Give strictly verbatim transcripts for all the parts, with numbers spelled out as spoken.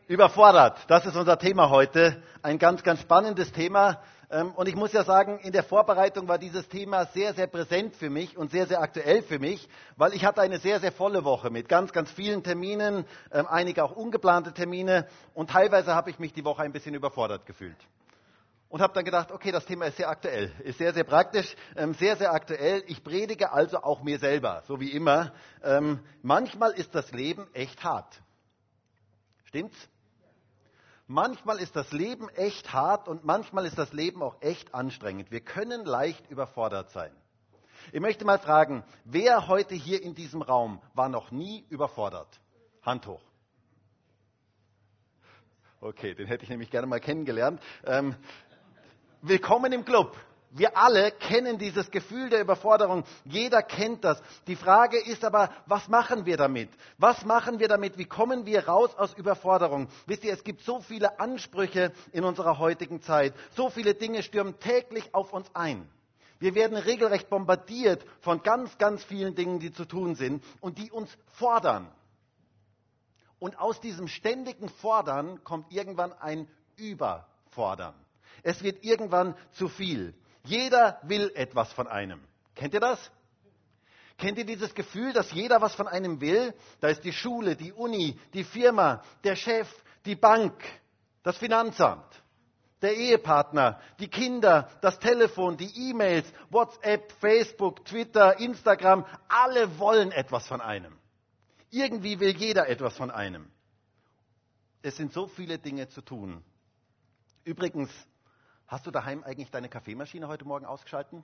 Überfordert, das ist unser Thema heute. Ein ganz, ganz spannendes Thema. Und ich muss ja sagen, in der Vorbereitung war dieses Thema sehr, sehr präsent für mich und sehr, sehr aktuell für mich, weil ich hatte eine sehr, sehr volle Woche mit ganz, ganz vielen Terminen, einige auch ungeplante Termine und teilweise habe ich mich die Woche ein bisschen überfordert gefühlt. Und habe dann gedacht, okay, das Thema ist sehr aktuell, ist sehr, sehr praktisch, ähm, sehr, sehr aktuell. Ich predige also auch mir selber, so wie immer. Ähm, manchmal ist das Leben echt hart. Stimmt's? Manchmal ist das Leben echt hart und manchmal ist das Leben auch echt anstrengend. Wir können leicht überfordert sein. Ich möchte mal fragen, wer heute hier in diesem Raum war noch nie überfordert? Hand hoch. Okay, den hätte ich nämlich gerne mal kennengelernt. Ähm, Willkommen im Club. Wir alle kennen dieses Gefühl der Überforderung. Jeder kennt das. Die Frage ist aber, was machen wir damit? Was machen wir damit? Wie kommen wir raus aus Überforderung? Wisst ihr, es gibt so viele Ansprüche in unserer heutigen Zeit. So viele Dinge stürmen täglich auf uns ein. Wir werden regelrecht bombardiert von ganz, ganz vielen Dingen, die zu tun sind und die uns fordern. Und aus diesem ständigen Fordern kommt irgendwann ein Überfordern. Es wird irgendwann zu viel. Jeder will etwas von einem. Kennt ihr das? Kennt ihr dieses Gefühl, dass jeder was von einem will? Da ist die Schule, die Uni, die Firma, der Chef, die Bank, das Finanzamt, der Ehepartner, die Kinder, das Telefon, die E-Mails, WhatsApp, Facebook, Twitter, Instagram. Alle wollen etwas von einem. Irgendwie will jeder etwas von einem. Es sind so viele Dinge zu tun. Übrigens, hast du daheim eigentlich deine Kaffeemaschine heute Morgen ausgeschalten?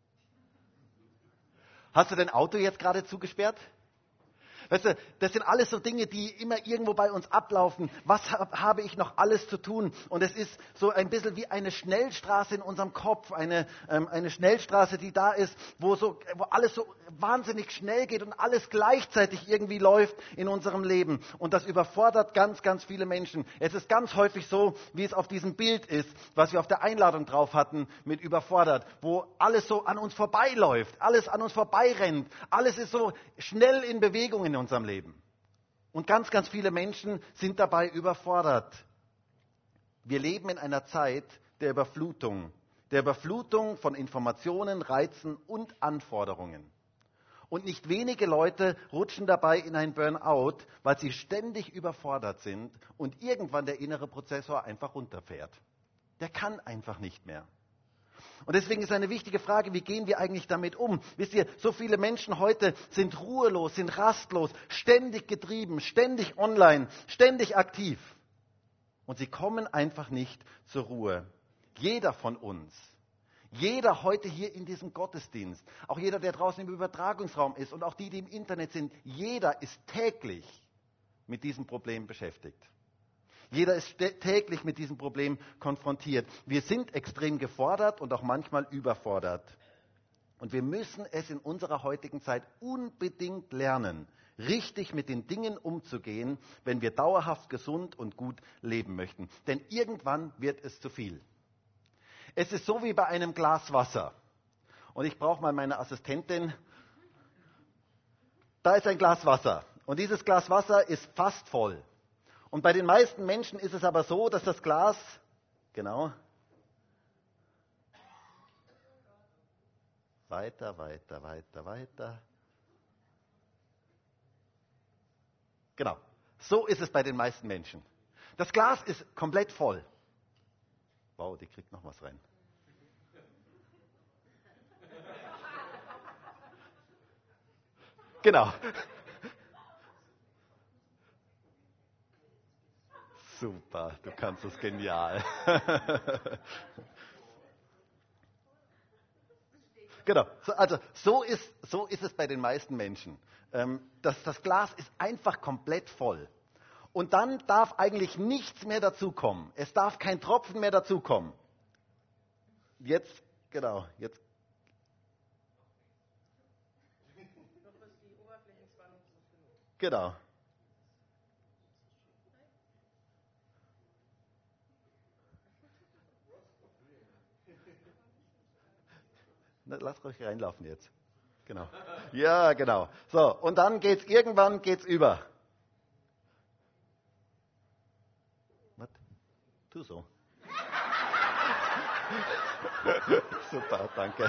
Hast du dein Auto jetzt gerade zugesperrt? Weißt du, das sind alles so Dinge, die immer irgendwo bei uns ablaufen. Was hab, habe ich noch alles zu tun? Und es ist so ein bisschen wie eine Schnellstraße in unserem Kopf, eine, ähm, eine Schnellstraße, die da ist, wo, so, wo alles so wahnsinnig schnell geht und alles gleichzeitig irgendwie läuft in unserem Leben. Und das überfordert ganz, ganz viele Menschen. Es ist ganz häufig so, wie es auf diesem Bild ist, was wir auf der Einladung drauf hatten, mit überfordert, wo alles so an uns vorbeiläuft, alles an uns vorbeirennt, alles ist so schnell in Bewegung in unserem Leben. Und ganz, ganz viele Menschen sind dabei überfordert. Wir leben in einer Zeit der Überflutung, der Überflutung von Informationen, Reizen und Anforderungen. Und nicht wenige Leute rutschen dabei in ein Burnout, weil sie ständig überfordert sind und irgendwann der innere Prozessor einfach runterfährt. Der kann einfach nicht mehr. Und deswegen ist eine wichtige Frage, wie gehen wir eigentlich damit um? Wisst ihr, so viele Menschen heute sind ruhelos, sind rastlos, ständig getrieben, ständig online, ständig aktiv. Und sie kommen einfach nicht zur Ruhe. Jeder von uns, jeder heute hier in diesem Gottesdienst, auch jeder, der draußen im Übertragungsraum ist und auch die, die im Internet sind, jeder ist täglich mit diesem Problem beschäftigt. Jeder ist täglich mit diesem Problem konfrontiert. Wir sind extrem gefordert und auch manchmal überfordert. Und wir müssen es in unserer heutigen Zeit unbedingt lernen, richtig mit den Dingen umzugehen, wenn wir dauerhaft gesund und gut leben möchten. Denn irgendwann wird es zu viel. Es ist so wie bei einem Glas Wasser. Und ich brauche mal meine Assistentin. Da ist ein Glas Wasser. Und dieses Glas Wasser ist fast voll. Und bei den meisten Menschen ist es aber so, dass das Glas, genau, weiter, weiter, weiter, weiter. Genau, so ist es bei den meisten Menschen. Das Glas ist komplett voll. Wow, die kriegt noch was rein. Genau. Super, du kannst es genial. Genau, also so ist, so ist es bei den meisten Menschen. Das, das Glas ist einfach komplett voll. Und dann darf eigentlich nichts mehr dazukommen. Es darf kein Tropfen mehr dazukommen. Jetzt, genau, jetzt. Genau. Lass ruhig reinlaufen jetzt. Genau. Ja, genau. So, und dann geht's irgendwann geht's über. Was? Tu so. Super, danke.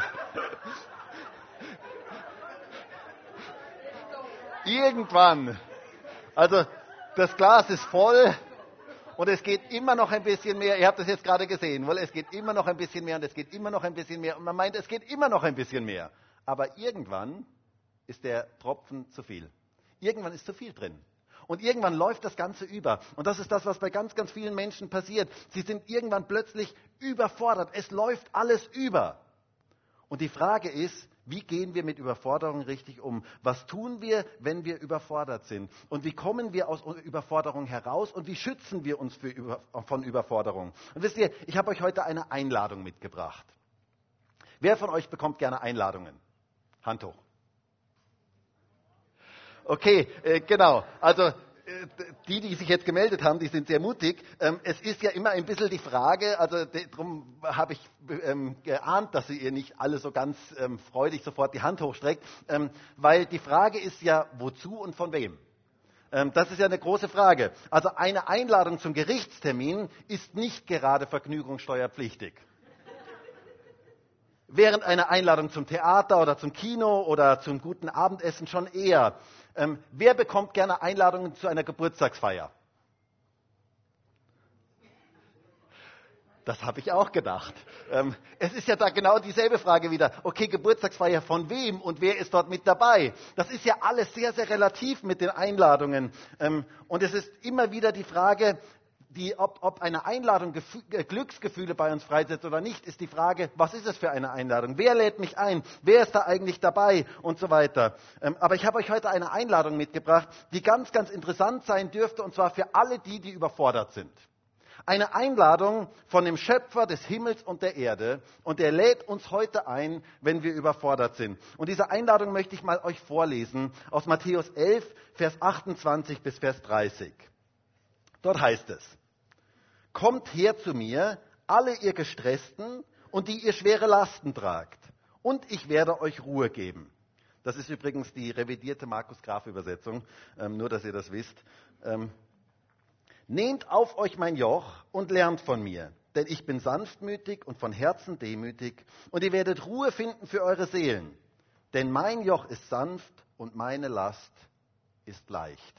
Irgendwann, also das Glas ist voll und es geht immer noch ein bisschen mehr. Ihr habt das jetzt gerade gesehen, weil es geht immer noch ein bisschen mehr und es geht immer noch ein bisschen mehr. Und man meint, es geht immer noch ein bisschen mehr. Aber irgendwann ist der Tropfen zu viel. Irgendwann ist zu viel drin. Und irgendwann läuft das Ganze über. Und das ist das, was bei ganz, ganz vielen Menschen passiert. Sie sind irgendwann plötzlich überfordert. Es läuft alles über. Und die Frage ist, wie gehen wir mit Überforderung richtig um? Was tun wir, wenn wir überfordert sind? Und wie kommen wir aus Überforderung heraus? Und wie schützen wir uns für Über- von Überforderung? Und wisst ihr, ich habe euch heute eine Einladung mitgebracht. Wer von euch bekommt gerne Einladungen? Hand hoch. Okay, äh, genau. Also äh, die, die sich jetzt gemeldet haben, die sind sehr mutig. Ähm, es ist ja immer ein bisschen die Frage, also darum habe ich ähm, geahnt, dass ihr nicht alle so ganz ähm, freudig sofort die Hand hochstreckt, ähm, weil die Frage ist ja, wozu und von wem? Ähm, das ist ja eine große Frage. Also eine Einladung zum Gerichtstermin ist nicht gerade vergnügungssteuerpflichtig. Während eine Einladung zum Theater oder zum Kino oder zum guten Abendessen schon eher. Ähm, wer bekommt gerne Einladungen zu einer Geburtstagsfeier? Das habe ich auch gedacht. Ähm, es ist ja da genau dieselbe Frage wieder. Okay, Geburtstagsfeier von wem und wer ist dort mit dabei? Das ist ja alles sehr, sehr relativ mit den Einladungen. Ähm, und es ist immer wieder die Frage, die, ob, ob eine Einladung Gefü- äh, Glücksgefühle bei uns freisetzt oder nicht, ist die Frage, was ist es für eine Einladung? Wer lädt mich ein? Wer ist da eigentlich dabei? Und so weiter. Ähm, aber ich habe euch heute eine Einladung mitgebracht, die ganz, ganz interessant sein dürfte, und zwar für alle die, die überfordert sind. Eine Einladung von dem Schöpfer des Himmels und der Erde, und er lädt uns heute ein, wenn wir überfordert sind. Und diese Einladung möchte ich mal euch vorlesen aus Matthäus elf, Vers achtundzwanzig bis Vers dreißig. Dort heißt es: Kommt her zu mir, alle ihr Gestressten und die ihr schwere Lasten tragt, und ich werde euch Ruhe geben. Das ist übrigens die revidierte Markus-Graf-Übersetzung, ähm, nur dass ihr das wisst. Ähm, Nehmt auf euch mein Joch und lernt von mir, denn ich bin sanftmütig und von Herzen demütig, und ihr werdet Ruhe finden für eure Seelen. Denn mein Joch ist sanft und meine Last ist leicht.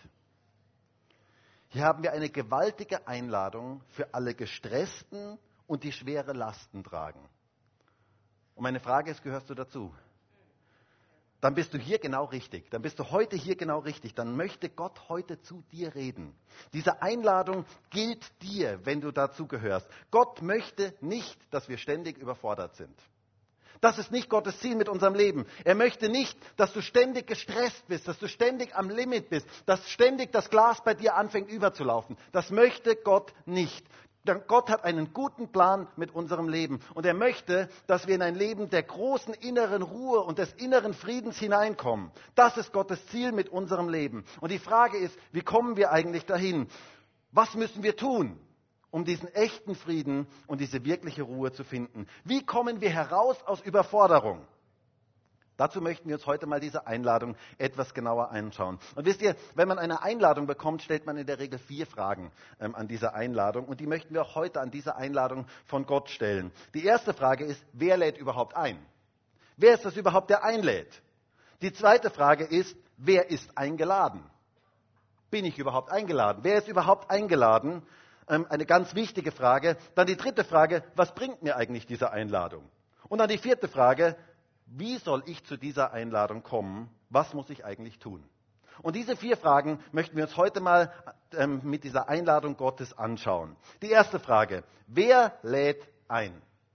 Hier haben wir eine gewaltige Einladung für alle Gestressten und die schwere Lasten tragen. Und meine Frage ist, gehörst du dazu? Dann bist du hier genau richtig. Dann bist du heute hier genau richtig. Dann möchte Gott heute zu dir reden. Diese Einladung gilt dir, wenn du dazu gehörst. Gott möchte nicht, dass wir ständig überfordert sind. Das ist nicht Gottes Ziel mit unserem Leben. Er möchte nicht, dass du ständig gestresst bist, dass du ständig am Limit bist, dass ständig das Glas bei dir anfängt überzulaufen. Das möchte Gott nicht. Denn Gott hat einen guten Plan mit unserem Leben. Und er möchte, dass wir in ein Leben der großen inneren Ruhe und des inneren Friedens hineinkommen. Das ist Gottes Ziel mit unserem Leben. Und die Frage ist, wie kommen wir eigentlich dahin? Was müssen wir tun, um diesen echten Frieden und diese wirkliche Ruhe zu finden? Wie kommen wir heraus aus Überforderung? Dazu möchten wir uns heute mal diese Einladung etwas genauer anschauen. Und wisst ihr, wenn man eine Einladung bekommt, stellt man in der Regel vier Fragen ähm, an diese Einladung. Und die möchten wir auch heute an diese Einladung von Gott stellen. Die erste Frage ist, wer lädt überhaupt ein? Wer ist das überhaupt, der einlädt? Die zweite Frage ist, wer ist eingeladen? Bin ich überhaupt eingeladen? Wer ist überhaupt eingeladen? Ähm, eine ganz wichtige Frage. Dann die dritte Frage, was bringt mir eigentlich diese Einladung? Und dann die vierte Frage, wie soll ich zu dieser Einladung kommen? Was muss ich eigentlich tun? Und diese vier Fragen möchten wir uns heute mal ähm, mit dieser Einladung Gottes anschauen. Die erste Frage, wer lädt ein?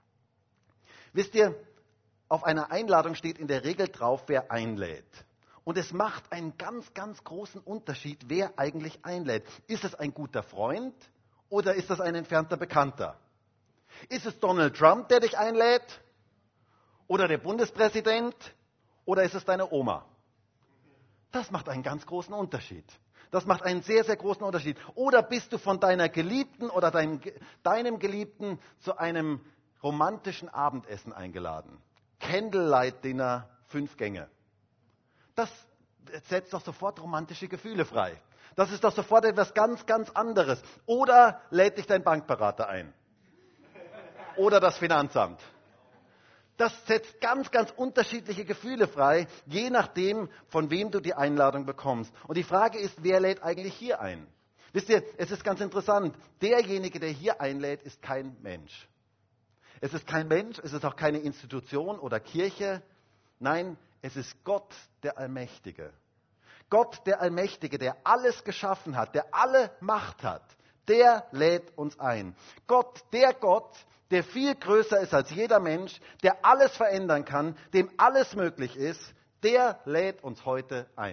Wisst ihr, auf einer Einladung steht in der Regel drauf, wer einlädt. Und es macht einen ganz, ganz großen Unterschied, wer eigentlich einlädt. Ist es ein guter Freund oder ist das ein entfernter Bekannter? Ist es Donald Trump, der dich einlädt? Oder der Bundespräsident? Oder ist es deine Oma? Das macht einen ganz großen Unterschied. Das macht einen sehr, sehr großen Unterschied. Oder bist du von deiner Geliebten oder deinem, deinem Geliebten zu einem romantischen Abendessen eingeladen? Candlelight Dinner, fünf Gänge. Das setzt doch sofort romantische Gefühle frei. Das ist doch sofort etwas ganz, ganz anderes. Oder lädt dich dein Bankberater ein. Oder das Finanzamt. Das setzt ganz, ganz unterschiedliche Gefühle frei, je nachdem, von wem du die Einladung bekommst. Und die Frage ist, wer lädt eigentlich hier ein? Wisst ihr, es ist ganz interessant. Derjenige, der hier einlädt, ist kein Mensch. Es ist kein Mensch, es ist auch keine Institution oder Kirche. Nein, es ist Gott, der Allmächtige. Gott, der Allmächtige, der alles geschaffen hat, der alle Macht hat, der lädt uns ein. Gott, der Gott, der viel größer ist als jeder Mensch, der alles verändern kann, dem alles möglich ist, der lädt uns heute ein.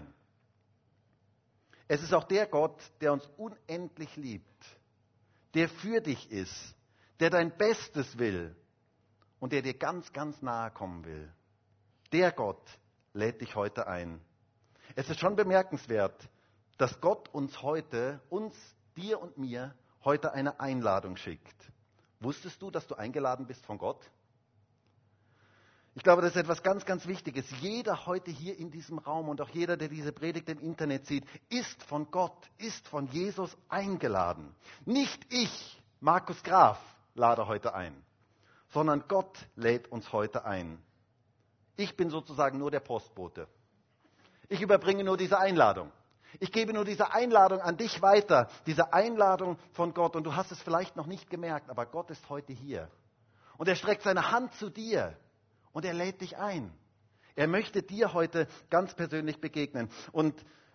Es ist auch der Gott, der uns unendlich liebt, der für dich ist, der dein Bestes will und der dir ganz, ganz nahe kommen will. Der Gott lädt dich heute ein. Es ist schon bemerkenswert, dass Gott uns heute, uns, dir und mir, heute eine Einladung schickt. Wusstest du, dass du eingeladen bist von Gott? Ich glaube, das ist etwas ganz, ganz Wichtiges. Jeder heute hier in diesem Raum und auch jeder, der diese Predigt im Internet sieht, ist von Gott, ist von Jesus eingeladen. Nicht ich, Markus Graf, lade heute ein, sondern Gott lädt uns heute ein. Ich bin sozusagen nur der Postbote. Ich überbringe nur diese Einladung. Ich gebe nur diese Einladung an dich weiter, diese Einladung von Gott. Und du hast es vielleicht noch nicht gemerkt, aber Gott ist heute hier. Und er streckt seine Hand zu dir und er lädt dich ein. Er möchte dir heute ganz persönlich begegnen. Und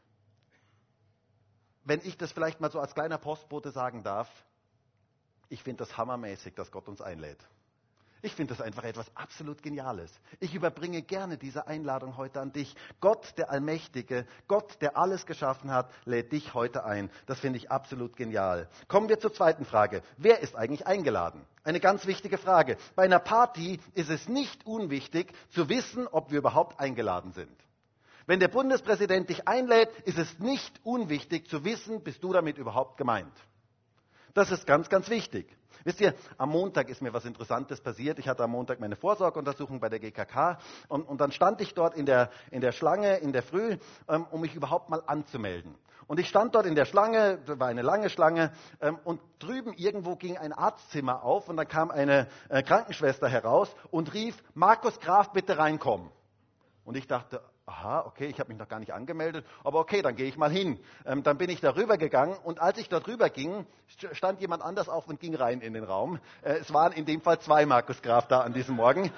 wenn ich das vielleicht mal so als kleiner Postbote sagen darf, ich finde das hammermäßig, dass Gott uns einlädt. Ich finde das einfach etwas absolut Geniales. Ich überbringe gerne diese Einladung heute an dich. Gott, der Allmächtige, Gott, der alles geschaffen hat, lädt dich heute ein. Das finde ich absolut genial. Kommen wir zur zweiten Frage. Wer ist eigentlich eingeladen? Eine ganz wichtige Frage. Bei einer Party ist es nicht unwichtig zu wissen, ob wir überhaupt eingeladen sind. Wenn der Bundespräsident dich einlädt, ist es nicht unwichtig zu wissen, bist du damit überhaupt gemeint. Das ist ganz, ganz wichtig. Wisst ihr, am Montag ist mir was Interessantes passiert. Ich hatte am Montag meine Vorsorgeuntersuchung bei der G K K und, und dann stand ich dort in der, in der Schlange in der Früh, ähm, um mich überhaupt mal anzumelden. Und ich stand dort in der Schlange, das war eine lange Schlange, ähm, und drüben irgendwo ging ein Arztzimmer auf und dann kam eine äh, Krankenschwester heraus und rief, Markus Graf, bitte reinkommen. Und ich dachte, aha, okay, ich habe mich noch gar nicht angemeldet, aber okay, dann gehe ich mal hin. Ähm, dann bin ich da rüber gegangen und als ich dort rüber ging, stand jemand anders auf und ging rein in den Raum. Äh, es waren in dem Fall zwei Markus Graf da an diesem Morgen.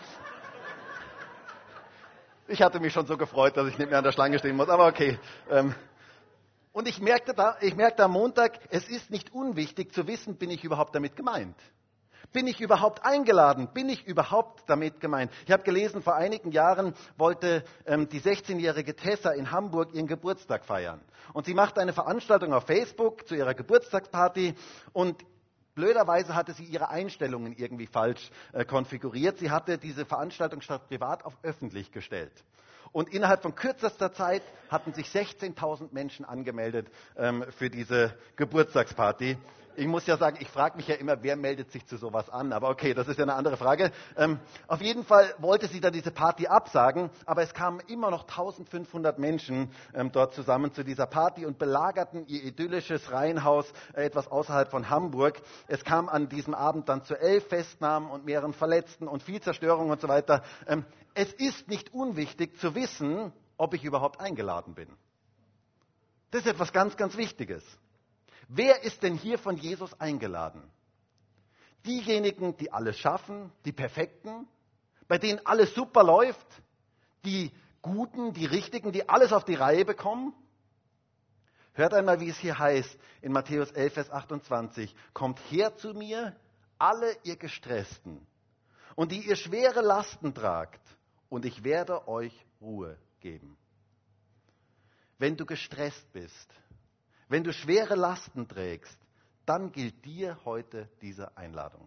Ich hatte mich schon so gefreut, dass ich nicht mehr an der Schlange stehen muss, aber okay. Ähm, und ich merkte, da, ich merkte am Montag, es ist nicht unwichtig zu wissen, bin ich überhaupt damit gemeint. Bin ich überhaupt eingeladen? Bin ich überhaupt damit gemeint? Ich habe gelesen, vor einigen Jahren wollte ähm, die sechzehnjährige Tessa in Hamburg ihren Geburtstag feiern. Und sie machte eine Veranstaltung auf Facebook zu ihrer Geburtstagsparty und blöderweise hatte sie ihre Einstellungen irgendwie falsch äh, konfiguriert. Sie hatte diese Veranstaltung statt privat auf öffentlich gestellt. Und innerhalb von kürzester Zeit hatten sich sechzehntausend Menschen angemeldet ähm, für diese Geburtstagsparty. Ich muss ja sagen, ich frage mich ja immer, wer meldet sich zu sowas an? Aber okay, das ist ja eine andere Frage. Ähm, auf jeden Fall wollte sie dann diese Party absagen, aber es kamen immer noch eintausendfünfhundert Menschen ähm, dort zusammen zu dieser Party und belagerten ihr idyllisches Reihenhaus äh, etwas außerhalb von Hamburg. Es kam an diesem Abend dann zu elf Festnahmen und mehreren Verletzten und viel Zerstörung und so weiter. Ähm, es ist nicht unwichtig zu wissen, ob ich überhaupt eingeladen bin. Das ist etwas ganz, ganz Wichtiges. Wer ist denn hier von Jesus eingeladen? Diejenigen, die alles schaffen, die Perfekten, bei denen alles super läuft, die Guten, die Richtigen, die alles auf die Reihe bekommen? Hört einmal, wie es hier heißt in Matthäus elf, Vers achtundzwanzig. Kommt her zu mir, alle ihr Gestressten und die ihr schwere Lasten tragt, und ich werde euch Ruhe geben. Wenn du gestresst bist, wenn du schwere Lasten trägst, dann gilt dir heute diese Einladung.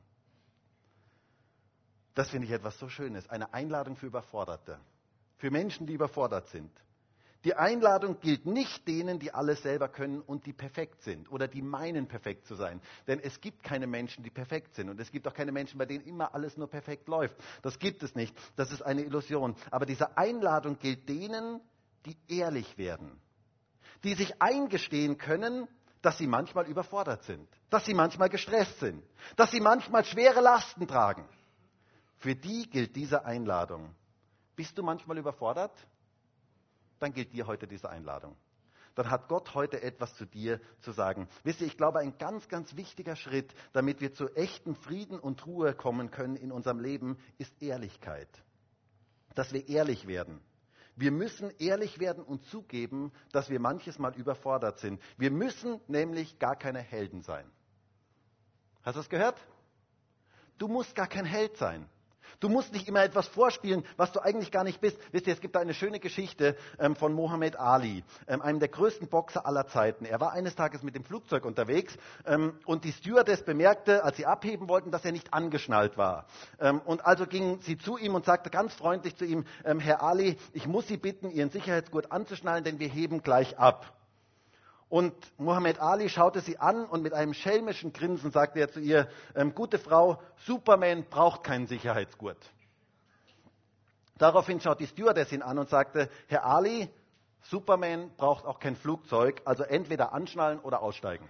Das finde ich etwas so Schönes. Eine Einladung für Überforderte. Für Menschen, die überfordert sind. Die Einladung gilt nicht denen, die alles selber können und die perfekt sind oder die meinen, perfekt zu sein. Denn es gibt keine Menschen, die perfekt sind. Und es gibt auch keine Menschen, bei denen immer alles nur perfekt läuft. Das gibt es nicht. Das ist eine Illusion. Aber diese Einladung gilt denen, die ehrlich werden. die sich eingestehen können, dass sie manchmal überfordert sind, dass sie manchmal gestresst sind, dass sie manchmal schwere Lasten tragen. Für die gilt diese Einladung. Bist du manchmal überfordert? Dann gilt dir heute diese Einladung. Dann hat Gott heute etwas zu dir zu sagen. Wisst ihr, ich glaube, ein ganz, ganz wichtiger Schritt, damit wir zu echtem Frieden und Ruhe kommen können in unserem Leben, ist Ehrlichkeit. Dass wir ehrlich werden. Wir müssen ehrlich werden und zugeben, dass wir manches Mal überfordert sind. Wir müssen nämlich gar keine Helden sein. Hast du das gehört? Du musst gar kein Held sein. Du musst nicht immer etwas vorspielen, was du eigentlich gar nicht bist. Wisst ihr, es gibt da eine schöne Geschichte ähm, von Muhammad Ali, ähm, einem der größten Boxer aller Zeiten. Er war eines Tages mit dem Flugzeug unterwegs ähm, und die Stewardess bemerkte, als sie abheben wollten, dass er nicht angeschnallt war. Ähm, und also ging sie zu ihm und sagte ganz freundlich zu ihm, ähm, Herr Ali, ich muss Sie bitten, Ihren Sicherheitsgurt anzuschnallen, denn wir heben gleich ab. Und Muhammad Ali schaute sie an und mit einem schelmischen Grinsen sagte er zu ihr, ähm, gute Frau, Superman braucht keinen Sicherheitsgurt. Daraufhin schaut die Stewardess ihn an und sagte, Herr Ali, Superman braucht auch kein Flugzeug, also entweder anschnallen oder aussteigen.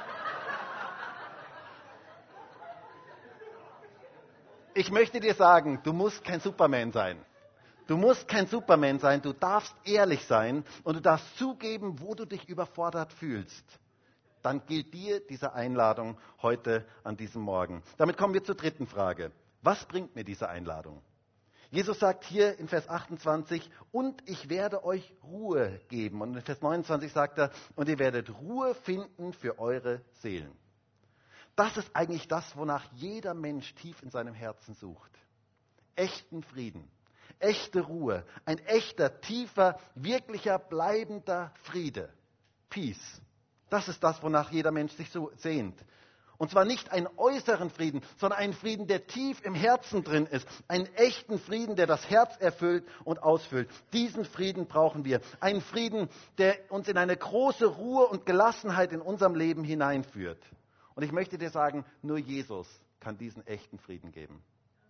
Ich möchte dir sagen, du musst kein Superman sein. Du musst kein Superman sein, du darfst ehrlich sein und du darfst zugeben, wo du dich überfordert fühlst. Dann gilt dir diese Einladung heute an diesem Morgen. Damit kommen wir zur dritten Frage. Was bringt mir diese Einladung? Jesus sagt hier in Vers achtundzwanzig, und ich werde euch Ruhe geben. Und in Vers neunundzwanzig sagt er, und ihr werdet Ruhe finden für eure Seelen. Das ist eigentlich das, wonach jeder Mensch tief in seinem Herzen sucht. Echten Frieden. Echte Ruhe, ein echter, tiefer, wirklicher, bleibender Friede. Peace. Das ist das, wonach jeder Mensch sich so sehnt. Und zwar nicht einen äußeren Frieden, sondern einen Frieden, der tief im Herzen drin ist. Einen echten Frieden, der das Herz erfüllt und ausfüllt. Diesen Frieden brauchen wir. Einen Frieden, der uns in eine große Ruhe und Gelassenheit in unserem Leben hineinführt. Und ich möchte dir sagen, nur Jesus kann diesen echten Frieden geben.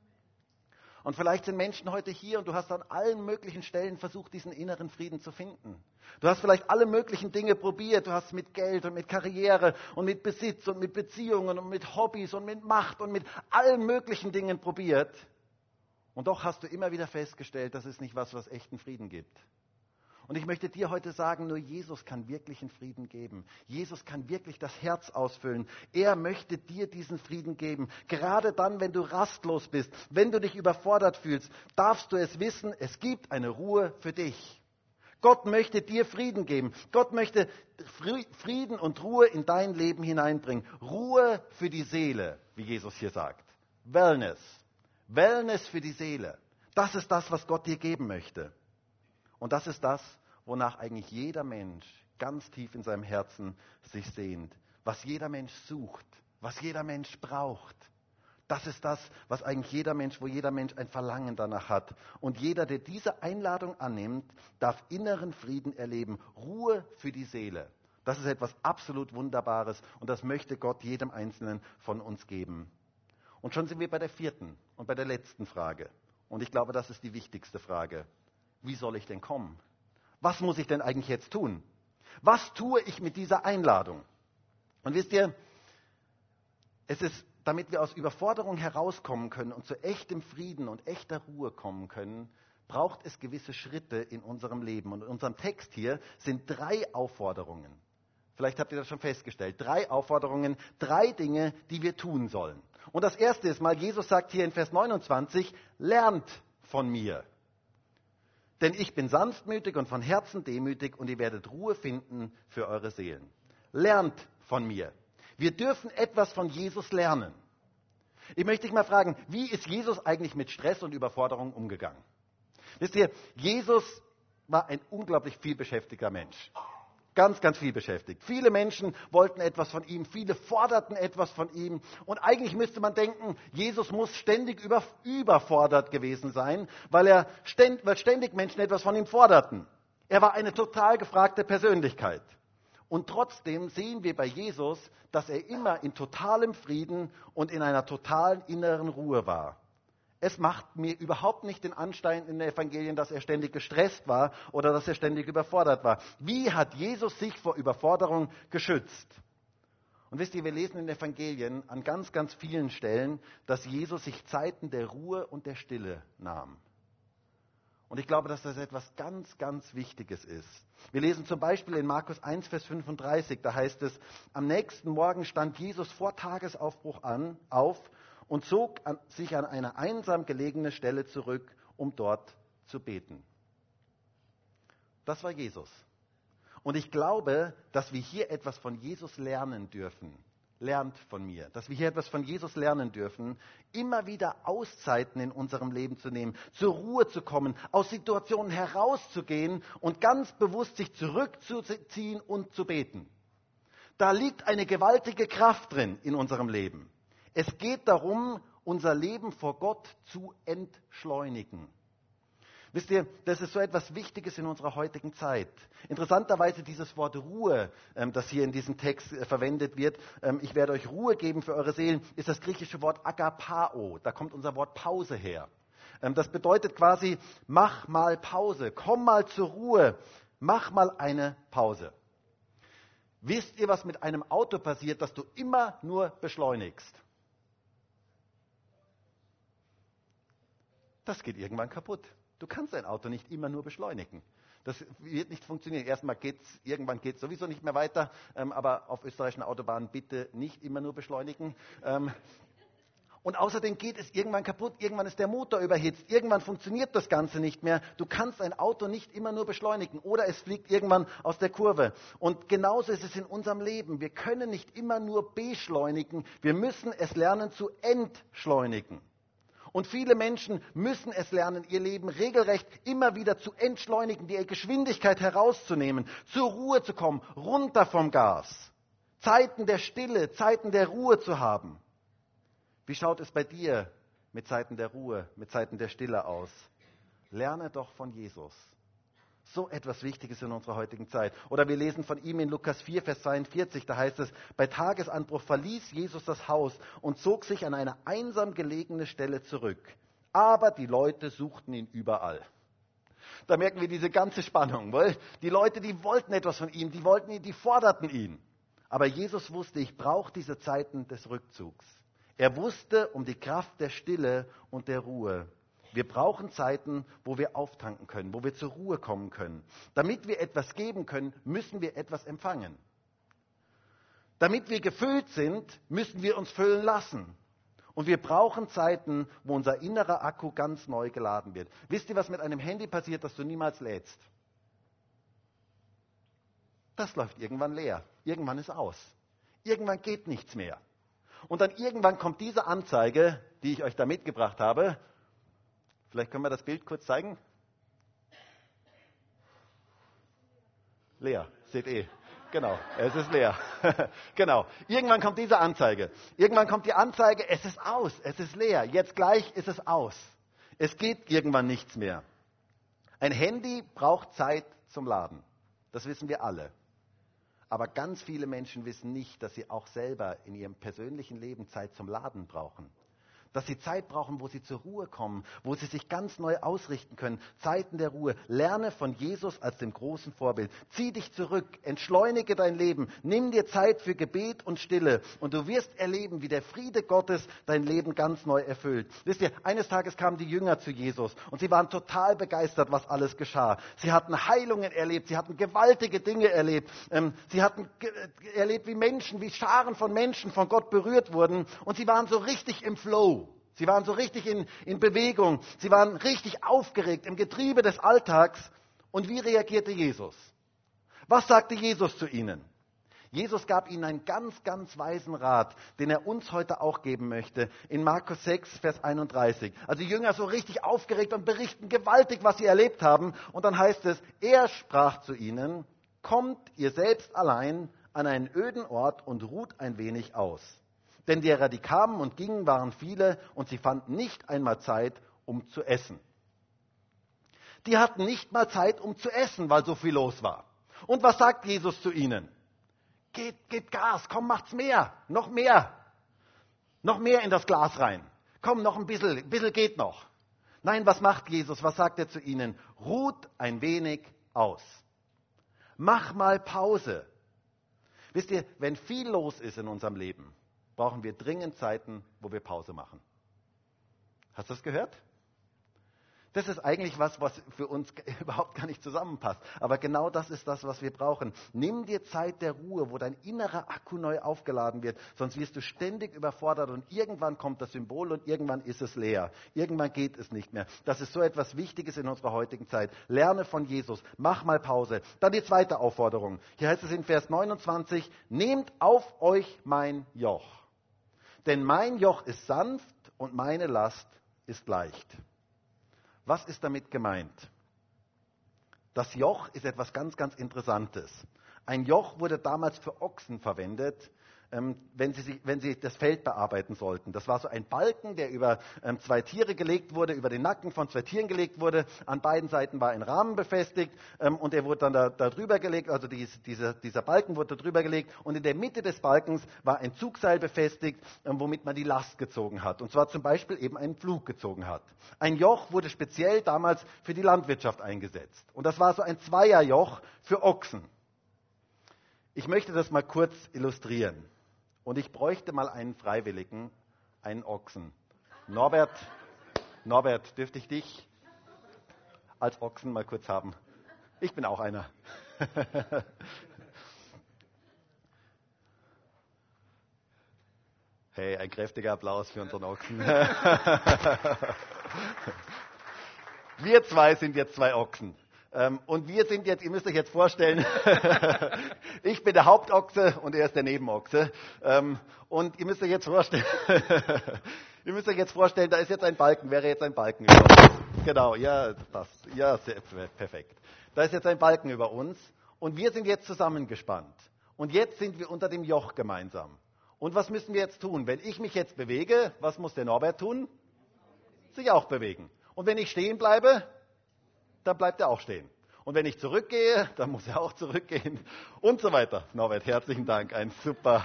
Und vielleicht sind Menschen heute hier und du hast an allen möglichen Stellen versucht, diesen inneren Frieden zu finden. Du hast vielleicht alle möglichen Dinge probiert. Du hast mit Geld und mit Karriere und mit Besitz und mit Beziehungen und mit Hobbys und mit Macht und mit allen möglichen Dingen probiert. Und doch hast du immer wieder festgestellt, das ist nicht was, was echten Frieden gibt. Und ich möchte dir heute sagen, nur Jesus kann wirklichen Frieden geben. Jesus kann wirklich das Herz ausfüllen. Er möchte dir diesen Frieden geben. Gerade dann, wenn du rastlos bist, wenn du dich überfordert fühlst, darfst du es wissen, es gibt eine Ruhe für dich. Gott möchte dir Frieden geben. Gott möchte Frieden und Ruhe in dein Leben hineinbringen. Ruhe für die Seele, wie Jesus hier sagt. Wellness. Wellness für die Seele. Das ist das, was Gott dir geben möchte. Und das ist das, wonach eigentlich jeder Mensch ganz tief in seinem Herzen sich sehnt. Was jeder Mensch sucht, was jeder Mensch braucht. Das ist das, was eigentlich jeder Mensch, wo jeder Mensch ein Verlangen danach hat. Und jeder, der diese Einladung annimmt, darf inneren Frieden erleben. Ruhe für die Seele. Das ist etwas absolut Wunderbares und das möchte Gott jedem Einzelnen von uns geben. Und schon sind wir bei der vierten und bei der letzten Frage. Und ich glaube, das ist die wichtigste Frage. Wie soll ich denn kommen? Was muss ich denn eigentlich jetzt tun? Was tue ich mit dieser Einladung? Und wisst ihr, es ist, damit wir aus Überforderung herauskommen können und zu echtem Frieden und echter Ruhe kommen können, braucht es gewisse Schritte in unserem Leben. Und in unserem Text hier sind drei Aufforderungen. Vielleicht habt ihr das schon festgestellt. Drei Aufforderungen, drei Dinge, die wir tun sollen. Und das erste ist mal, Jesus sagt hier in Vers neunundzwanzig, lernt von mir. Denn ich bin sanftmütig und von Herzen demütig und ihr werdet Ruhe finden für eure Seelen. Lernt von mir. Wir dürfen etwas von Jesus lernen. Ich möchte dich mal fragen, wie ist Jesus eigentlich mit Stress und Überforderung umgegangen? Wisst ihr, Jesus war ein unglaublich vielbeschäftigter Mensch. Ganz, ganz viel beschäftigt. Viele Menschen wollten etwas von ihm, viele forderten etwas von ihm. Und eigentlich müsste man denken, Jesus muss ständig über, überfordert gewesen sein, weil, er ständ, weil ständig Menschen etwas von ihm forderten. Er war eine total gefragte Persönlichkeit. Und trotzdem sehen wir bei Jesus, dass er immer in totalem Frieden und in einer totalen inneren Ruhe war. es macht mir überhaupt nicht den Anschein in den Evangelien, dass er ständig gestresst war oder dass er ständig überfordert war. Wie hat Jesus sich vor Überforderung geschützt? Und wisst ihr, wir lesen in den Evangelien an ganz, ganz vielen Stellen, dass Jesus sich Zeiten der Ruhe und der Stille nahm. Und ich glaube, dass das etwas ganz, ganz Wichtiges ist. Wir lesen zum Beispiel in Markus eins, Vers fünfunddreißig, da heißt es, am nächsten Morgen stand Jesus vor Tagesaufbruch an, auf und zog an, sich an eine einsam gelegene Stelle zurück, um dort zu beten. Das war Jesus. Und ich glaube, dass wir hier etwas von Jesus lernen dürfen. Lernt von mir. Dass wir hier etwas von Jesus lernen dürfen, immer wieder Auszeiten in unserem Leben zu nehmen, zur Ruhe zu kommen, aus Situationen herauszugehen und ganz bewusst sich zurückzuziehen und zu beten. Da liegt eine gewaltige Kraft drin in unserem Leben. Es geht darum, unser Leben vor Gott zu entschleunigen. Wisst ihr, das ist so etwas Wichtiges in unserer heutigen Zeit. Interessanterweise dieses Wort Ruhe, ähm, das hier in diesem Text äh, verwendet wird, ähm, ich werde euch Ruhe geben für eure Seelen, ist das griechische Wort agapao. Da kommt unser Wort Pause her. Ähm, das bedeutet quasi, mach mal Pause, komm mal zur Ruhe, mach mal eine Pause. Wisst ihr, was mit einem Auto passiert, dass du immer nur beschleunigst? Das geht irgendwann kaputt. Du kannst ein Auto nicht immer nur beschleunigen. Das wird nicht funktionieren. Erstmal geht's, irgendwann geht es sowieso nicht mehr weiter, ähm, aber auf österreichischen Autobahnen bitte nicht immer nur beschleunigen. Ähm, und außerdem geht es irgendwann kaputt, irgendwann ist der Motor überhitzt, irgendwann funktioniert das Ganze nicht mehr. Du kannst ein Auto nicht immer nur beschleunigen oder es fliegt irgendwann aus der Kurve. Und genauso ist es in unserem Leben. Wir können nicht immer nur beschleunigen, wir müssen es lernen zu entschleunigen. Und viele Menschen müssen es lernen, ihr Leben regelrecht immer wieder zu entschleunigen, die Geschwindigkeit herauszunehmen, zur Ruhe zu kommen, runter vom Gas. Zeiten der Stille, Zeiten der Ruhe zu haben. Wie schaut es bei dir mit Zeiten der Ruhe, mit Zeiten der Stille aus? Lerne doch von Jesus. So etwas Wichtiges in unserer heutigen Zeit. Oder wir lesen von ihm in Lukas vier, Vers zweiundvierzig, da heißt es, bei Tagesanbruch verließ Jesus das Haus und zog sich an eine einsam gelegene Stelle zurück. Aber die Leute suchten ihn überall. Da merken wir diese ganze Spannung, weil die Leute, die wollten etwas von ihm, die wollten ihn, die forderten ihn. Aber Jesus wusste, ich brauche diese Zeiten des Rückzugs. Er wusste um die Kraft der Stille und der Ruhe. Wir brauchen Zeiten, wo wir auftanken können, wo wir zur Ruhe kommen können. Damit wir etwas geben können, müssen wir etwas empfangen. Damit wir gefüllt sind, müssen wir uns füllen lassen. Und wir brauchen Zeiten, wo unser innerer Akku ganz neu geladen wird. Wisst ihr, was mit einem Handy passiert, das du niemals lädst? Das läuft irgendwann leer. Irgendwann ist aus. Irgendwann geht nichts mehr. Und dann irgendwann kommt diese Anzeige, die ich euch da mitgebracht habe. Vielleicht können wir das Bild kurz zeigen. Leer, seht ihr. Genau, es ist leer. Genau. Irgendwann kommt diese Anzeige. Irgendwann kommt die Anzeige, es ist aus, es ist leer. Jetzt gleich ist es aus. Es geht irgendwann nichts mehr. Ein Handy braucht Zeit zum Laden. Das wissen wir alle. Aber ganz viele Menschen wissen nicht, dass sie auch selber in ihrem persönlichen Leben Zeit zum Laden brauchen. Dass sie Zeit brauchen, wo sie zur Ruhe kommen, wo sie sich ganz neu ausrichten können. Zeiten der Ruhe. Lerne von Jesus als dem großen Vorbild. Zieh dich zurück, entschleunige dein Leben, nimm dir Zeit für Gebet und Stille und du wirst erleben, wie der Friede Gottes dein Leben ganz neu erfüllt. Wisst ihr, eines Tages kamen die Jünger zu Jesus und sie waren total begeistert, was alles geschah. Sie hatten Heilungen erlebt, sie hatten gewaltige Dinge erlebt. Ähm, sie hatten ge- erlebt, wie Menschen, wie Scharen von Menschen von Gott berührt wurden und sie waren so richtig im Flow. Sie waren so richtig in, in Bewegung. Sie waren richtig aufgeregt im Getriebe des Alltags. Und wie reagierte Jesus? Was sagte Jesus zu ihnen? Jesus gab ihnen einen ganz, ganz weisen Rat, den er uns heute auch geben möchte. In Markus sechs, Vers einunddreißig. Also die Jünger so richtig aufgeregt und berichten gewaltig, was sie erlebt haben. Und dann heißt es, er sprach zu ihnen, kommt ihr selbst allein an einen öden Ort und ruht ein wenig aus. Denn derer, die kamen und gingen, waren viele und sie fanden nicht einmal Zeit, um zu essen. Die hatten nicht mal Zeit, um zu essen, weil so viel los war. Und was sagt Jesus zu ihnen? Geht, geht Gas, komm, macht's mehr, noch mehr. Noch mehr in das Glas rein. Komm, noch ein bisschen, ein bisschen geht noch. Nein, was macht Jesus? Was sagt er zu ihnen? Ruht ein wenig aus. Mach mal Pause. Wisst ihr, wenn viel los ist in unserem Leben, brauchen wir dringend Zeiten, wo wir Pause machen. Hast du das gehört? Das ist eigentlich was, was für uns überhaupt gar nicht zusammenpasst. Aber genau das ist das, was wir brauchen. Nimm dir Zeit der Ruhe, wo dein innerer Akku neu aufgeladen wird. Sonst wirst du ständig überfordert und irgendwann kommt das Symbol und irgendwann ist es leer. Irgendwann geht es nicht mehr. Das ist so etwas Wichtiges in unserer heutigen Zeit. Lerne von Jesus. Mach mal Pause. Dann die zweite Aufforderung. Hier heißt es in Vers neunundzwanzig, nehmt auf euch mein Joch. Denn mein Joch ist sanft und meine Last ist leicht. Was ist damit gemeint? Das Joch ist etwas ganz, ganz Interessantes. Ein Joch wurde damals für Ochsen verwendet, ähm, wenn, sie, wenn sie das Feld bearbeiten sollten. Das war so ein Balken, der über ähm, zwei Tiere gelegt wurde, über den Nacken von zwei Tieren gelegt wurde. An beiden Seiten war ein Rahmen befestigt ähm, und der wurde dann da, da drüber gelegt, also dies, dieser, dieser Balken wurde da drüber gelegt und in der Mitte des Balkens war ein Zugseil befestigt, ähm, womit man die Last gezogen hat. Und zwar zum Beispiel eben einen Pflug gezogen hat. Ein Joch wurde speziell damals für die Landwirtschaft eingesetzt. Und das war so ein Zweierjoch für Ochsen. Ich möchte das mal kurz illustrieren. Und ich bräuchte mal einen Freiwilligen, einen Ochsen. Norbert, Norbert, dürfte ich dich als Ochsen mal kurz haben? Ich bin auch einer. Hey, ein kräftiger Applaus für unseren Ochsen. Wir zwei sind jetzt zwei Ochsen. Und wir sind jetzt, ihr müsst euch jetzt vorstellen, ich bin der Hauptochse und er ist der Nebenochse. Und ihr müsst euch jetzt vorstellen, ihr müsst euch jetzt vorstellen, da ist jetzt ein Balken, wäre jetzt ein Balken über uns. Genau, ja, das, ja, sehr, perfekt. Da ist jetzt ein Balken über uns und wir sind jetzt zusammengespannt. Und jetzt sind wir unter dem Joch gemeinsam. Und was müssen wir jetzt tun? Wenn ich mich jetzt bewege, was muss der Norbert tun? Sich auch bewegen. Und wenn ich stehen bleibe, dann bleibt er auch stehen. Und wenn ich zurückgehe, dann muss er auch zurückgehen und so weiter. Norbert, herzlichen Dank, ein super...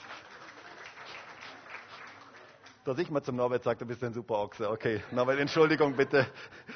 Dass ich mal zum Norbert sage, du bist ein super Ochse. Okay, Norbert, Entschuldigung bitte.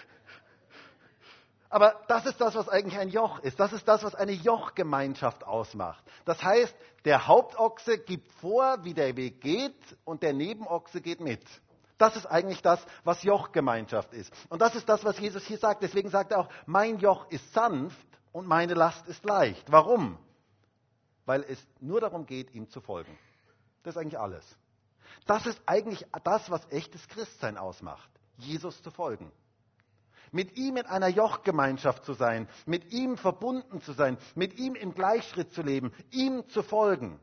Aber das ist das, was eigentlich ein Joch ist. Das ist das, was eine Jochgemeinschaft ausmacht. Das heißt, der Hauptochse gibt vor, wie der Weg geht und der Nebenochse geht mit. Das ist eigentlich das, was Jochgemeinschaft ist. Und das ist das, was Jesus hier sagt. Deswegen sagt er auch, mein Joch ist sanft und meine Last ist leicht. Warum? Weil es nur darum geht, ihm zu folgen. Das ist eigentlich alles. Das ist eigentlich das, was echtes Christsein ausmacht. Jesus zu folgen. Mit ihm in einer Jochgemeinschaft zu sein, mit ihm verbunden zu sein, mit ihm im Gleichschritt zu leben, ihm zu folgen.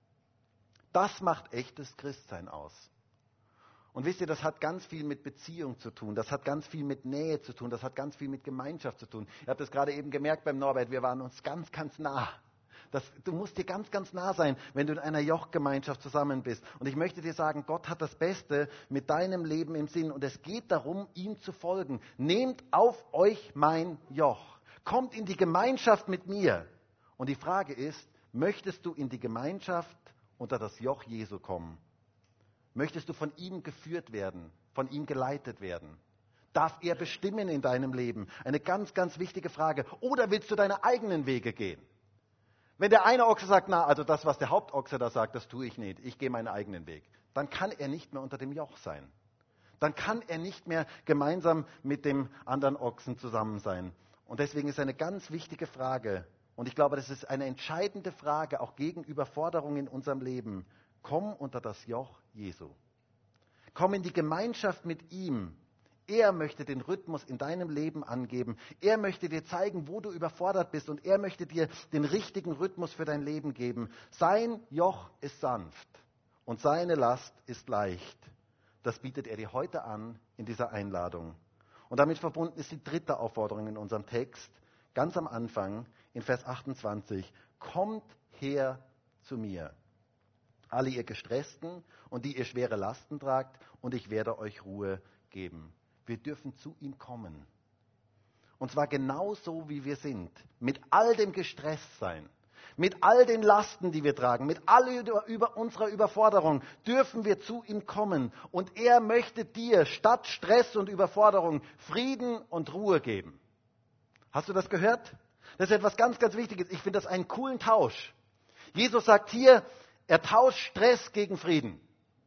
Das macht echtes Christsein aus. Und wisst ihr, das hat ganz viel mit Beziehung zu tun, das hat ganz viel mit Nähe zu tun, das hat ganz viel mit Gemeinschaft zu tun. Ihr habt es gerade eben gemerkt beim Norbert, wir waren uns ganz, ganz nah. Das, du musst dir ganz, ganz nah sein, wenn du in einer Jochgemeinschaft zusammen bist. Und ich möchte dir sagen, Gott hat das Beste mit deinem Leben im Sinn. Und es geht darum, ihm zu folgen. Nehmt auf euch mein Joch. Kommt in die Gemeinschaft mit mir. Und die Frage ist, möchtest du in die Gemeinschaft unter das Joch Jesu kommen? Möchtest du von ihm geführt werden, von ihm geleitet werden? Darf er bestimmen in deinem Leben? Eine ganz, ganz wichtige Frage. Oder willst du deine eigenen Wege gehen? Wenn der eine Ochse sagt, na, also das, was der Hauptochse da sagt, das tue ich nicht, ich gehe meinen eigenen Weg, dann kann er nicht mehr unter dem Joch sein. Dann kann er nicht mehr gemeinsam mit dem anderen Ochsen zusammen sein. Und deswegen ist eine ganz wichtige Frage, und ich glaube, das ist eine entscheidende Frage, auch gegenüber Forderungen in unserem Leben. Komm unter das Joch Jesu. Komm in die Gemeinschaft mit ihm. Er möchte den Rhythmus in deinem Leben angeben. Er möchte dir zeigen, wo du überfordert bist. Und er möchte dir den richtigen Rhythmus für dein Leben geben. Sein Joch ist sanft und seine Last ist leicht. Das bietet er dir heute an in dieser Einladung. Und damit verbunden ist die dritte Aufforderung in unserem Text. Ganz am Anfang in Vers achtundzwanzig. Kommt her zu mir. Alle ihr Gestressten und die ihr schwere Lasten tragt, und ich werde euch Ruhe geben. Wir dürfen zu ihm kommen. Und zwar genau so, wie wir sind. Mit all dem Gestresstsein, Mit all den Lasten, die wir tragen, mit all über, über unserer Überforderung, dürfen wir zu ihm kommen. Und er möchte dir statt Stress und Überforderung Frieden und Ruhe geben. Hast du das gehört? Das ist etwas ganz, ganz Wichtiges. Ich finde das einen coolen Tausch. Jesus sagt hier, er tauscht Stress gegen Frieden.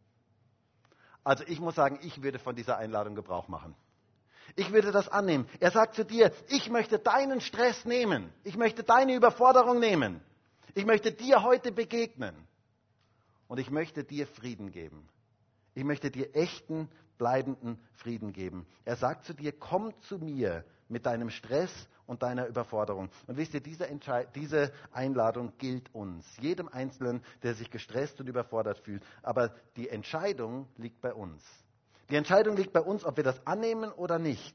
Also ich muss sagen, ich würde von dieser Einladung Gebrauch machen. Ich würde das annehmen. Er sagt zu dir, ich möchte deinen Stress nehmen. Ich möchte deine Überforderung nehmen. Ich möchte dir heute begegnen. Und ich möchte dir Frieden geben. Ich möchte dir echten, bleibenden Frieden geben. Er sagt zu dir, komm zu mir mit deinem Stress und deiner Überforderung. Und wisst ihr, diese, Entschei- diese Einladung gilt uns, jedem Einzelnen, der sich gestresst und überfordert fühlt. Aber die Entscheidung liegt bei uns. Die Entscheidung liegt bei uns, ob wir das annehmen oder nicht.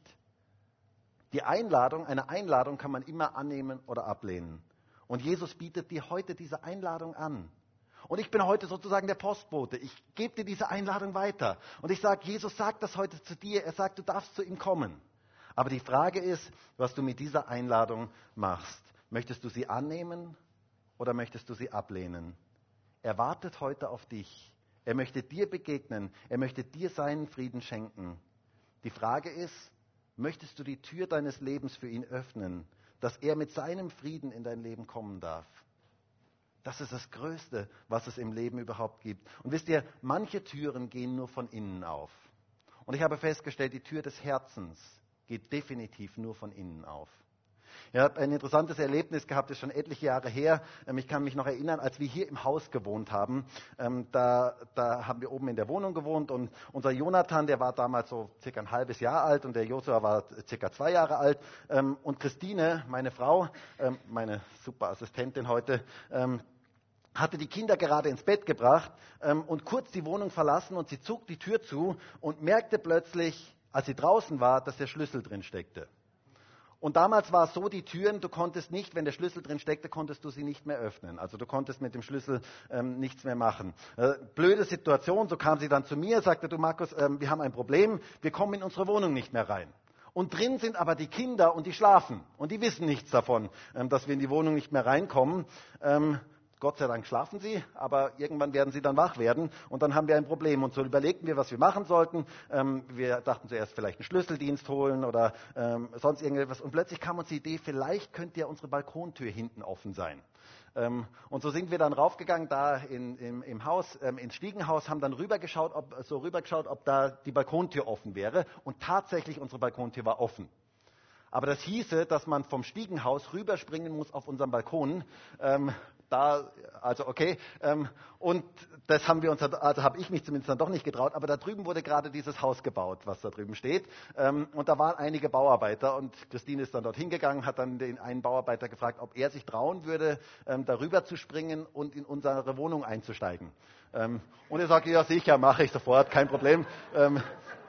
Die Einladung, eine Einladung kann man immer annehmen oder ablehnen. Und Jesus bietet dir heute diese Einladung an. Und ich bin heute sozusagen der Postbote. Ich gebe dir diese Einladung weiter. Und ich sage, Jesus sagt das heute zu dir. Er sagt, du darfst zu ihm kommen. Aber die Frage ist, was du mit dieser Einladung machst. Möchtest du sie annehmen oder möchtest du sie ablehnen? Er wartet heute auf dich. Er möchte dir begegnen. Er möchte dir seinen Frieden schenken. Die Frage ist, möchtest du die Tür deines Lebens für ihn öffnen, dass er mit seinem Frieden in dein Leben kommen darf? Das ist das Größte, was es im Leben überhaupt gibt. Und wisst ihr, manche Türen gehen nur von innen auf. Und ich habe festgestellt, die Tür des Herzens geht definitiv nur von innen auf. Ich habe ein interessantes Erlebnis gehabt, das ist schon etliche Jahre her. Ich kann mich noch erinnern, als wir hier im Haus gewohnt haben, da, da haben wir oben in der Wohnung gewohnt und unser Jonathan, der war damals so circa ein halbes Jahr alt und der Josua war circa zwei Jahre alt. Und Christine, meine Frau, meine super Assistentin heute, hatte die Kinder gerade ins Bett gebracht und kurz die Wohnung verlassen und sie zog die Tür zu und merkte plötzlich, als sie draußen war, dass der Schlüssel drin steckte. Und damals war es so, die Türen, du konntest nicht, wenn der Schlüssel drin steckte, konntest du sie nicht mehr öffnen. Also du konntest mit dem Schlüssel ähm, nichts mehr machen. Äh, blöde Situation, so kam sie dann zu mir, sagte, du Markus, ähm, wir haben ein Problem, wir kommen in unsere Wohnung nicht mehr rein. Und drin sind aber die Kinder und die schlafen. Und die wissen nichts davon, ähm, dass wir in die Wohnung nicht mehr reinkommen. Ähm, Gott sei Dank schlafen sie, aber irgendwann werden sie dann wach werden und dann haben wir ein Problem. Und so überlegten wir, was wir machen sollten. Ähm, wir dachten zuerst vielleicht einen Schlüsseldienst holen oder ähm, sonst irgendetwas. Und plötzlich kam uns die Idee, vielleicht könnte ja unsere Balkontür hinten offen sein. Ähm, und so sind wir dann raufgegangen, da in, im, im Haus, ähm, ins Stiegenhaus, haben dann rübergeschaut, ob, so rübergeschaut, ob da die Balkontür offen wäre. Und tatsächlich, unsere Balkontür war offen. Aber das hieße, dass man vom Stiegenhaus rüberspringen muss auf unseren Balkon. Ähm, da, also okay. Ähm, und das haben wir uns, also habe ich mich zumindest dann doch nicht getraut. Aber da drüben wurde gerade dieses Haus gebaut, was da drüben steht. Ähm, und da waren einige Bauarbeiter. Und Christine ist dann dort hingegangen, hat dann den einen Bauarbeiter gefragt, ob er sich trauen würde, ähm, darüber zu springen und in unsere Wohnung einzusteigen. Ähm, und er sagte, ja sicher, mache ich sofort, kein Problem. Ähm,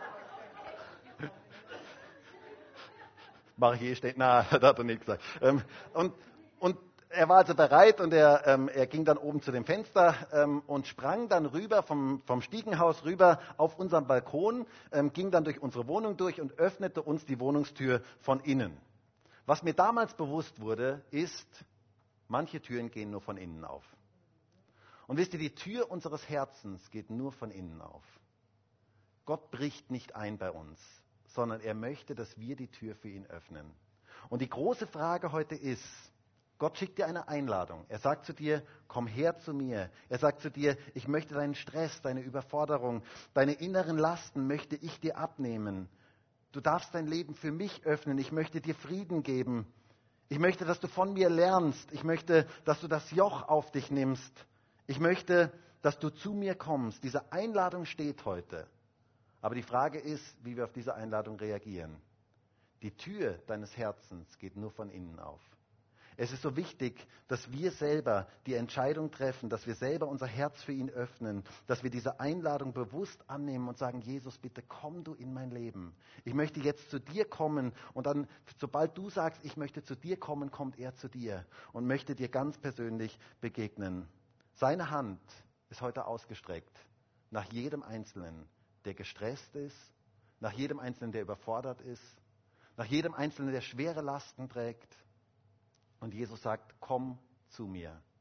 Mache ich eh stehen. Na, da hat er nicht gesagt. Ähm, und, und er war also bereit und er, ähm, er ging dann oben zu dem Fenster ähm, und sprang dann rüber vom, vom Stiegenhaus rüber auf unseren Balkon, ähm, ging dann durch unsere Wohnung durch und öffnete uns die Wohnungstür von innen. Was mir damals bewusst wurde, ist, manche Türen gehen nur von innen auf. Und wisst ihr, die Tür unseres Herzens geht nur von innen auf. Gott bricht nicht ein bei uns, sondern er möchte, dass wir die Tür für ihn öffnen. Und die große Frage heute ist, Gott schickt dir eine Einladung. Er sagt zu dir, komm her zu mir. Er sagt zu dir, ich möchte deinen Stress, deine Überforderung, deine inneren Lasten möchte ich dir abnehmen. Du darfst dein Leben für mich öffnen. Ich möchte dir Frieden geben. Ich möchte, dass du von mir lernst. Ich möchte, dass du das Joch auf dich nimmst. Ich möchte, dass du zu mir kommst. Diese Einladung steht heute. Aber die Frage ist, wie wir auf diese Einladung reagieren. Die Tür deines Herzens geht nur von innen auf. Es ist so wichtig, dass wir selber die Entscheidung treffen, dass wir selber unser Herz für ihn öffnen, dass wir diese Einladung bewusst annehmen und sagen, Jesus, bitte komm du in mein Leben. Ich möchte jetzt zu dir kommen und dann, sobald du sagst, ich möchte zu dir kommen, kommt er zu dir und möchte dir ganz persönlich begegnen. Seine Hand ist heute ausgestreckt nach jedem Einzelnen, der gestresst ist, nach jedem Einzelnen, der überfordert ist, nach jedem Einzelnen, der schwere Lasten trägt. Und Jesus sagt, komm zu mir.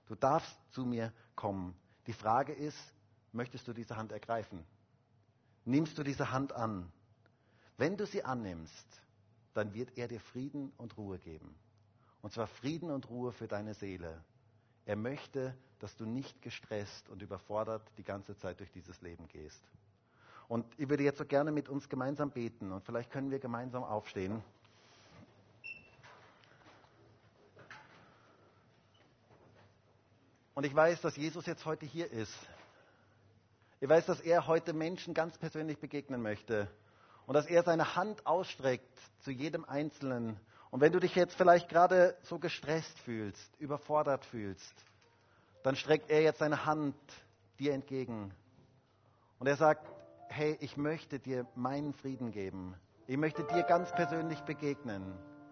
Du darfst zu mir kommen. Die Frage ist, möchtest du diese Hand ergreifen? Nimmst du diese Hand an? Wenn du sie annimmst, dann wird er dir Frieden und Ruhe geben. Und zwar Frieden und Ruhe für deine Seele. Er möchte, dass du nicht gestresst und überfordert die ganze Zeit durch dieses Leben gehst. Und ich würde jetzt so gerne mit uns gemeinsam beten und vielleicht können wir gemeinsam aufstehen. Und ich weiß, dass Jesus jetzt heute hier ist. Ich weiß, dass er heute Menschen ganz persönlich begegnen möchte und dass er seine Hand ausstreckt zu jedem Einzelnen. Und wenn du dich jetzt vielleicht gerade so gestresst fühlst, überfordert fühlst, dann streckt er jetzt seine Hand dir entgegen. Und er sagt, hey, ich möchte dir meinen Frieden geben. Ich möchte dir ganz persönlich begegnen.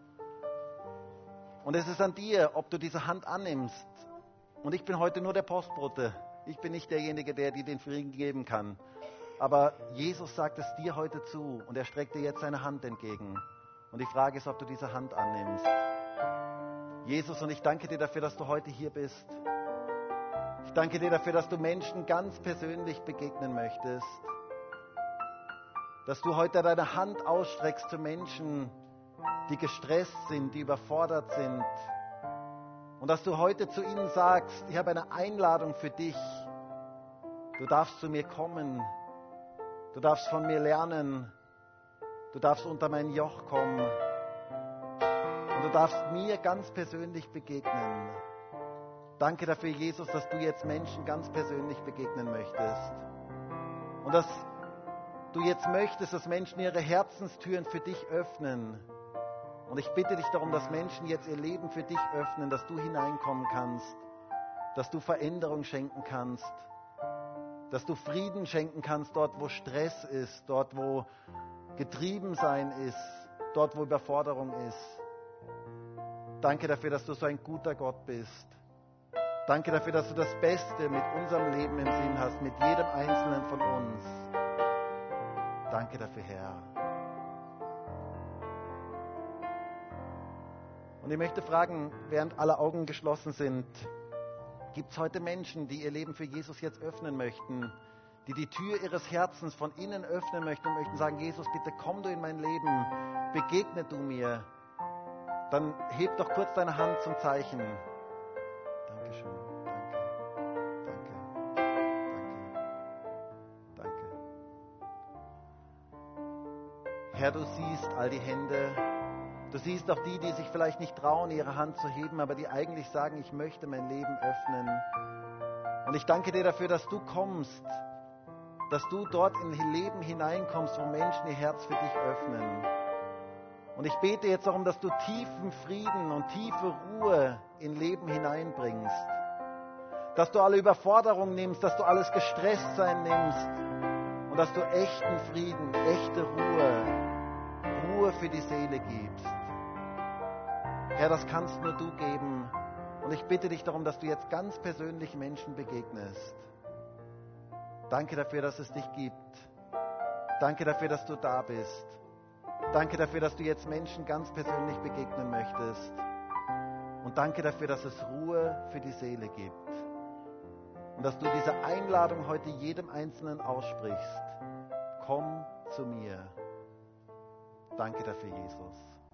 Und es ist an dir, ob du diese Hand annimmst. Und ich bin heute nur der Postbote. Ich bin nicht derjenige, der dir den Frieden geben kann. Aber Jesus sagt es dir heute zu und er streckt dir jetzt seine Hand entgegen. Und die Frage ist, ob du diese Hand annimmst. Jesus, und ich danke dir dafür, dass du heute hier bist. Ich danke dir dafür, dass du Menschen ganz persönlich begegnen möchtest. Dass du heute deine Hand ausstreckst zu Menschen, die gestresst sind, die überfordert sind. Und dass du heute zu ihnen sagst, ich habe eine Einladung für dich. Du darfst zu mir kommen. Du darfst von mir lernen. Du darfst unter mein Joch kommen. Und du darfst mir ganz persönlich begegnen. Danke dafür, Jesus, dass du jetzt Menschen ganz persönlich begegnen möchtest. Und dass du jetzt möchtest, dass Menschen ihre Herzenstüren für dich öffnen. Und ich bitte dich darum, dass Menschen jetzt ihr Leben für dich öffnen, dass du hineinkommen kannst, dass du Veränderung schenken kannst, dass du Frieden schenken kannst dort, wo Stress ist, dort, wo Getriebensein ist, dort, wo Überforderung ist. Danke dafür, dass du so ein guter Gott bist. Danke dafür, dass du das Beste mit unserem Leben im Sinn hast, mit jedem Einzelnen von uns. Danke dafür, Herr. Und ich möchte fragen, während alle Augen geschlossen sind, gibt es heute Menschen, die ihr Leben für Jesus jetzt öffnen möchten, die die Tür ihres Herzens von innen öffnen möchten und möchten sagen, Jesus, bitte komm du in mein Leben, begegne du mir. Dann heb doch kurz deine Hand zum Zeichen. Dankeschön. Danke. Danke. Danke. Danke. Herr, du siehst all die Hände. Du siehst auch die, die sich vielleicht nicht trauen, ihre Hand zu heben, aber die eigentlich sagen, ich möchte mein Leben öffnen. Und ich danke dir dafür, dass du kommst, dass du dort in Leben hineinkommst, wo Menschen ihr Herz für dich öffnen. Und ich bete jetzt darum, dass du tiefen Frieden und tiefe Ruhe in Leben hineinbringst. Dass du alle Überforderung nimmst, dass du alles Gestresstsein nimmst und dass du echten Frieden, echte Ruhe, Ruhe für die Seele gibst. Herr, das kannst nur du geben. Und ich bitte dich darum, dass du jetzt ganz persönlich Menschen begegnest. Danke dafür, dass es dich gibt. Danke dafür, dass du da bist. Danke dafür, dass du jetzt Menschen ganz persönlich begegnen möchtest. Und danke dafür, dass es Ruhe für die Seele gibt. Und dass du diese Einladung heute jedem Einzelnen aussprichst. Komm zu mir. Danke dafür, Jesus.